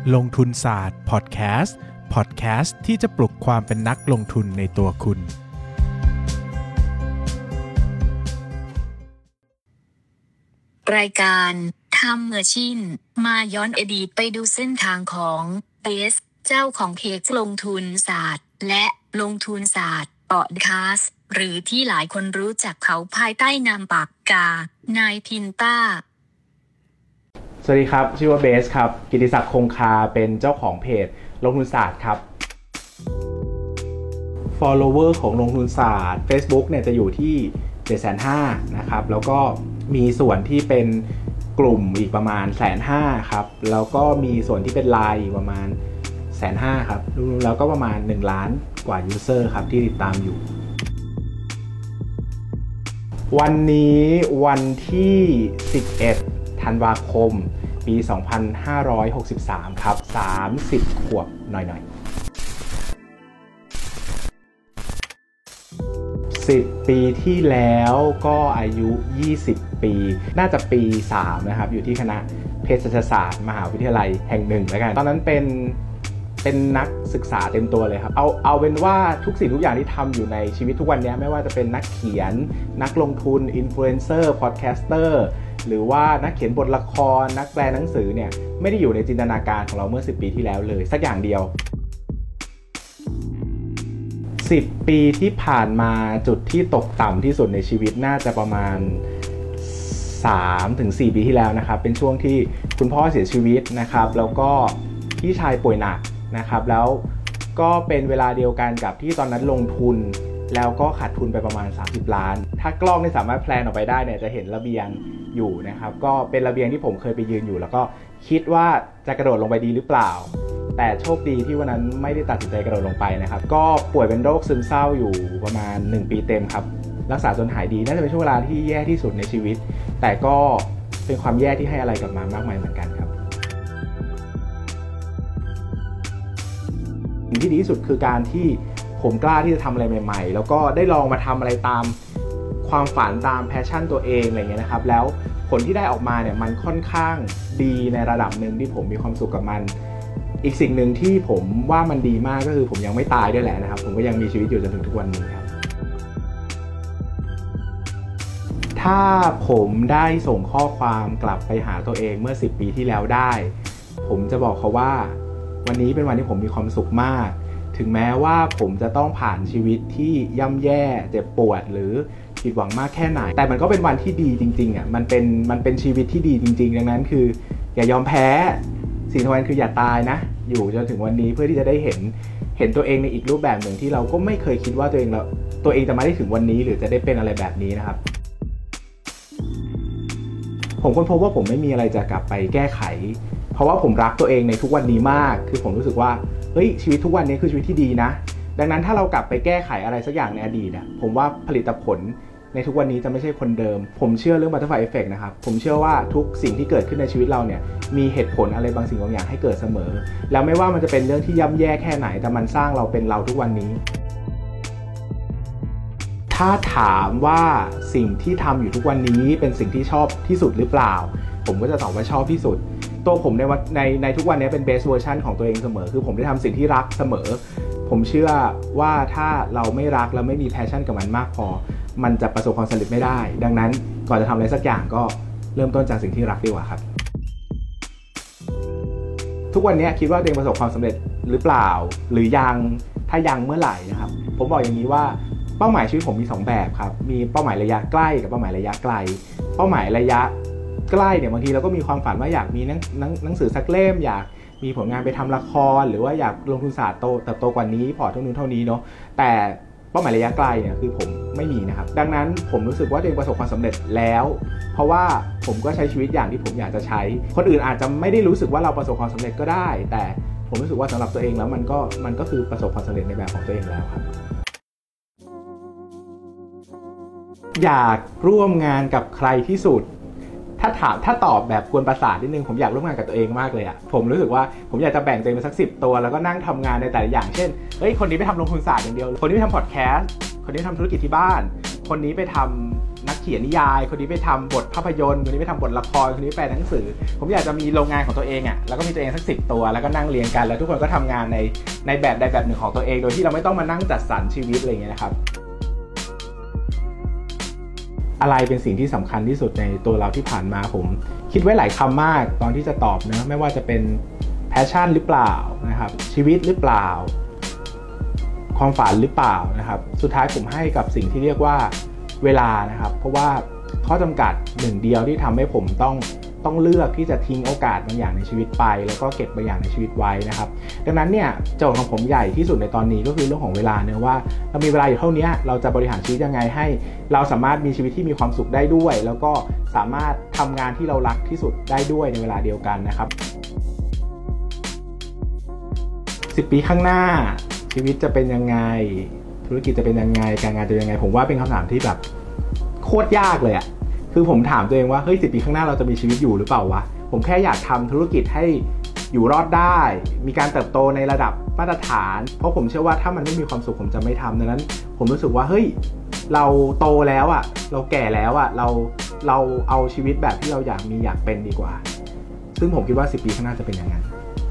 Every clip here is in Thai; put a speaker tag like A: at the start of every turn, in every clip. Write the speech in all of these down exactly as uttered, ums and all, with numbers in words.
A: ลงทุนศาสตร์พอดแคสต์พอดแคสต์ที่จะปลุกความเป็นนักลงทุนในตัวคุณ
B: รายการทำเมอร์ชินมาย้อนอดีตไปดูเส้นทางของเบสเจ้าของเพจลงทุนศาสตร์และลงทุนศาสตร์พอดแคสต์หรือที่หลายคนรู้จักเขาภายใต้นามปากกานายพินต้า
C: สวัสดีครับชื่อว่าเบสครับกิติศักดิ์คงคาเป็นเจ้าของเพจลงทุนศาสตร์ครับ follower ของลงทุนศาสตร์ Facebook เนี่ยจะอยู่ที่ เจ็ดแสนห้าหมื่น นะครับแล้วก็มีส่วนที่เป็นกลุ่มอีกประมาณ หนึ่งแสนห้าหมื่น ครับแล้วก็มีส่วนที่เป็น ไลน์ อีกประมาณ หนึ่งแสนห้าหมื่น ครับแล้วก็ประมาณหนึ่งล้านกว่า user ครับที่ติดตามอยู่วันนี้วันที่สิบเอ็ดธันวาคมปีสองพันห้าร้อยหกสิบสามครับสามสิบขวบหน่อยๆสิบปีที่แล้วก็อายุยี่สิบปีน่าจะปีสามนะครับอยู่ที่คณะเภสัชศาสตร์มหาวิทยาลัยแห่งหนึ่งแล้วกันตอนนั้นเป็นเป็นนักศึกษาเต็มตัวเลยครับเอาเอาเป็นว่าทุกสิ่งทุกอย่างที่ทำอยู่ในชีวิตทุกวันนี้ไม่ว่าจะเป็นนักเขียนนักลงทุนอินฟลูเอนเซอร์พอดแคสเตอร์หรือว่านักเขียนบทละครนักแปลหนังสือเนี่ยไม่ได้อยู่ในจินตนาการของเราเมื่อสิบปีที่แล้วเลยสักอย่างเดียวสิบปีที่ผ่านมาจุดที่ตกต่ำที่สุดในชีวิตน่าจะประมาณ สามถึงสี่ ปีที่แล้วนะครับเป็นช่วงที่คุณพ่อเสียชีวิตนะครับแล้วก็พี่ชายป่วยหนักนะครับแล้วก็เป็นเวลาเดียวกันกับที่ตอนนั้นลงทุนแล้วก็ขาดทุนไปประมาณสามสิบล้านถ้ากล้องไม่สามารถแพลนออกไปได้เนี่ยจะเห็นระเบียงอยู่นะครับก็เป็นระเบียงที่ผมเคยไปยืนอยู่แล้วก็คิดว่าจะกระโดดลงไปดีหรือเปล่าแต่โชคดีที่วันนั้นไม่ได้ตัดสินใจกระโดดลงไปนะครับก็ป่วยเป็นโรคซึมเศร้าอยู่ประมาณหนึ่งปีเต็มครับรักษาจนหายดีน่าจะเป็นช่วงเวลาที่แย่ที่สุดในชีวิตแต่ก็เป็นความแย่ที่ให้อะไรกลับมามากมายเหมือนกันครับสิ่งที่ดีที่สุดคือการที่ผมกล้าที่จะทำอะไรใหม่ๆแล้วก็ได้ลองมาทำอะไรตามความฝันตามแพชชั่นตัวเองอะไรเงี้ยนะครับแล้วผลที่ได้ออกมาเนี่ยมันค่อนข้างดีในระดับหนึ่งที่ผมมีความสุขกับมันอีกสิ่งหนึ่งที่ผมว่ามันดีมากก็คือผมยังไม่ตายด้วยแหละนะครับผมก็ยังมีชีวิตอยู่จนถึงทุกวันนี้ครับถ้าผมได้ส่งข้อความกลับไปหาตัวเองเมื่อสิบปีที่แล้วได้ผมจะบอกเขาว่าวันนี้เป็นวันที่ผมมีความสุขมากถึงแม้ว่าผมจะต้องผ่านชีวิตที่ย่ำแย่เจ็บปวดหรือผิดหวังมากแค่ไหนแต่มันก็เป็นวันที่ดีจริงๆอ่ะมันเป็นมันเป็นชีวิตที่ดีจริงๆดังนั้นคืออย่ายอมแพ้สิ่งสำคัญคืออย่าตายนะอยู่จนถึงวันนี้เพื่อที่จะได้เห็นเห็นตัวเองในอีกรูปแบบหนึ่งที่เราก็ไม่เคยคิดว่าตัวเองเราตัวเองจะมาได้ถึงวันนี้หรือจะได้เป็นอะไรแบบนี้นะครับผมค้นพบว่าผมไม่มีอะไรจะกลับไปแก้ไขเพราะว่าผมรักตัวเองในทุกวันนี้มากคือผมรู้สึกว่าเฮ้ยชีวิตทุกวันนี้คือชีวิตที่ดีนะดังนั้นถ้าเรากลับไปแก้ไขอะไรสักอย่างในอดีตอ่ะผมว่าผลิตผลในทุกวันนี้จะไม่ใช่คนเดิมผมเชื่อเรื่อง Butterfly Effect นะครับผมเชื่อว่าทุกสิ่งที่เกิดขึ้นในชีวิตเราเนี่ยมีเหตุผลอะไรบางสิ่งบางอย่างให้เกิดเสมอแล้วไม่ว่ามันจะเป็นเรื่องที่ย่ำแย่แค่ไหนแต่มันสร้างเราเป็นเราทุกวันนี้ถ้าถามว่าสิ่งที่ทำอยู่ทุกวันนี้เป็นสิ่งที่ชอบที่สุดหรือเปล่าผมก็จะตอบว่าชอบที่สุดตัวผมในในในทุกวันนี้เป็น best version ของตัวเองเสมอคือผมได้ทำสิ่งที่รักเสมอผมเชื่อว่าถ้าเราไม่รักและไม่มี passion กับมันมากพอมันจะประสบความสำเร็จไม่ได้ดังนั้นก่อนจะทำอะไรสักอย่างก็เริ่มต้นจากสิ่งที่รักดีกว่าครับทุกวันนี้คิดว่าตัวเองประสบความสำเร็จหรือเปล่าหรือยังถ้ายังเมื่อไหร่นะครับผมบอกอย่างนี้ว่าเป้าหมายชีวิตผมมีสองแบบครับมีเป้าหมายระยะใกล้กับเป้าหมายระยะไกลเป้าหมายระยะใกล้เนี่ยบางทีเราก็มีความฝันว่าอยากมีหนังหนังสือสักเล่มอยากมีผลงานไปทำละครหรือว่าอยากลงทุนศาสตร์โตเติบโตกว่านี้พอร์ตเท่านู้นเท่านี้เนาะแต่เป้าหมายระยะไกลเนี่ยคือผมไม่มีนะครับดังนั้นผมรู้สึกว่าตัวเองประสบความสำเร็จแล้วเพราะว่าผมก็ใช้ชีวิตอย่างที่ผมอยากจะใช้คนอื่นอาจจะไม่ได้รู้สึกว่าเราประสบความสำเร็จก็ได้แต่ผมรู้สึกว่าสำหรับตัวเองแล้วมันก็มันก็คือประสบความสำเร็จในแบบของตัวเองแล้วครับอยากร่วมงานกับใครที่สุดถ้าถามถ้าตอบแบบกวนประสาทนิดนึงผมอยากร่วมงานกับตัวเองมากเลยอะผมรู้สึกว่าผมอยากจะแบ่งตัวเองเป็นสักสิบตัวแล้วก็นั่งทำงานในแต่ละอย่างเช่นเฮ้ยคนนี้ไปทำลงทุนศาสตร์อย่างเดียวคนนี้ไปทำพอดแคสต์คนนี้ไปทำธุรกิจที่บ้านคนนี้ไปทำนักเขียนนิยายคนนี้ไปทำบทภาพยนตร์คนนี้ไปทำบทละครคนนี้แปลหนังสือผมอยากจะมีโรงงานของตัวเองอ่ะแล้วก็มีตัวเองสักสิบตัวแล้วก็นั่งเรียงกันแล้วทุกคนก็ทำงานในในแบบใดแบบหนึ่งของตัวเองโดยที่เราไม่ต้องมานั่งจัดสรรชีวิตอะไรอย่างเงี้ยนะครับอะไรเป็นสิ่งที่สำคัญที่สุดในตัวเราที่ผ่านมาผมคิดไว้หลายคำมากตอนที่จะตอบเนะไม่ว่าจะเป็นแพชชั่นหรือเปล่านะครับชีวิตหรือเปล่าความฝันหรือเปล่านะครับสุดท้ายผมให้กับสิ่งที่เรียกว่าเวลานะครับเพราะว่าข้อจำกัดหนึ่งเดียวที่ทำให้ผมต้องต้องเลือกที่จะทิ้งโอกาสบางอย่างในชีวิตไปแล้วก็เก็บบางอย่างในชีวิตไว้นะครับดังนั้นเนี่ยโจทย์ของผมใหญ่ที่สุดในตอนนี้ก็คือเรื่องของเวลาเนื่องว่าเรามีเวลาอยู่เท่านี้เราจะบริหารชีวิตยังไงให้เราสามารถมีชีวิตที่มีความสุขได้ด้วยแล้วก็สามารถทำงานที่เรารักที่สุดได้ด้วยในเวลาเดียวกันนะครับสิบปีข้างหน้าชีวิตจะเป็นยังไงธุรกิจจะเป็นยังไงการงานจะเป็นยังไงผมว่าเป็นคำถามที่แบบโคตรยากเลยอะคือผมถามตัวเองว่าเฮ้ยสิบปีข้างหน้าเราจะมีชีวิตอยู่หรือเปล่าวะผมแค่อยากทำธุรกิจให้อยู่รอดได้มีการเติบโตในระดับมาตรฐานเพราะผมเชื่อว่าถ้ามันไม่มีความสุขผมจะไม่ทำดังนั้นผมรู้สึกว่าเฮ้ยเราโตแล้วอะเราแก่แล้วอะเราเราเอาชีวิตแบบที่เราอยากมีอยากเป็นดีกว่าซึ่งผมคิดว่าสิบปีข้างหน้าจะเป็นอย่างนั้น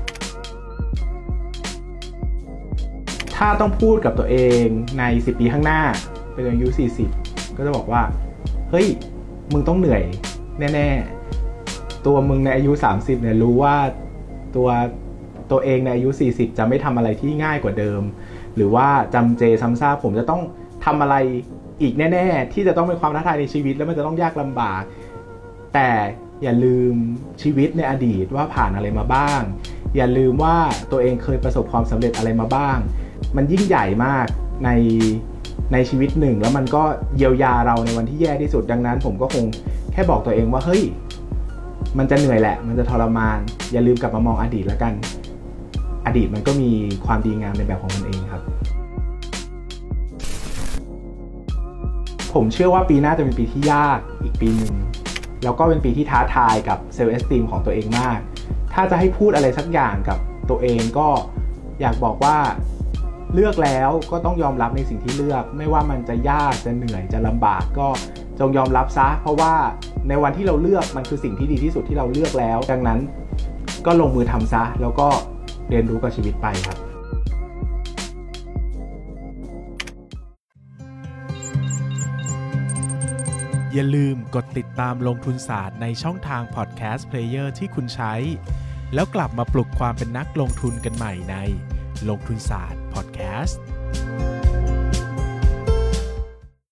C: ถ้าต้องพูดกับตัวเองในสิบปีข้างหน้าเป็นอายุสี่สิบก็จะบอกว่าเฮ้ยมึงต้องเหนื่อยแน่ๆตัวมึงในอายุสามสิบเนี่ยรู้ว่าตัวตัวเองในอายุสี่สิบจะไม่ทำอะไรที่ง่ายกว่าเดิมหรือว่าจำเจซ้ำซากผมจะต้องทำอะไรอีกแน่ๆที่จะต้องเป็นความท้าทายในชีวิตแล้วมันจะต้องยากลำบากแต่อย่าลืมชีวิตในอดีตว่าผ่านอะไรมาบ้างอย่าลืมว่าตัวเองเคยประสบความสำเร็จอะไรมาบ้างมันยิ่งใหญ่มากในในชีวิตหนึ่งแล้วมันก็เยียวยาเราในวันที่แย่ที่สุดดังนั้นผมก็คงแค่บอกตัวเองว่าเฮ้ยมันจะเหนื่อยแหละมันจะทรมานอย่าลืมกลับมามองอดีตแล้วกันอดีตมันก็มีความดีงามในแบบของมันเองครับผมเชื่อว่าปีหน้าจะเป็นปีที่ยากอีกปีหนึ่งแล้วก็เป็นปีที่ท้าทายกับเซลฟ์เอสติมของตัวเองมากถ้าจะให้พูดอะไรสักอย่างกับตัวเองก็อยากบอกว่าเลือกแล้วก็ต้องยอมรับในสิ่งที่เลือกไม่ว่ามันจะยากจะเหนื่อยจะลำบากก็จงยอมรับซะเพราะว่าในวันที่เราเลือกมันคือสิ่งที่ดีที่สุดที่เราเลือกแล้วดังนั้นก็ลงมือทำซะแล้วก็เรียนรู้กับชีวิตไปครับ
A: อย่าลืมกดติดตามลงทุนศาสตร์ในช่องทางพอดแคสต์เพลเยอร์ที่คุณใช้แล้วกลับมาปลุกความเป็นนักลงทุนกันใหม่ในลงทุนศาสตร์พอดแคสต์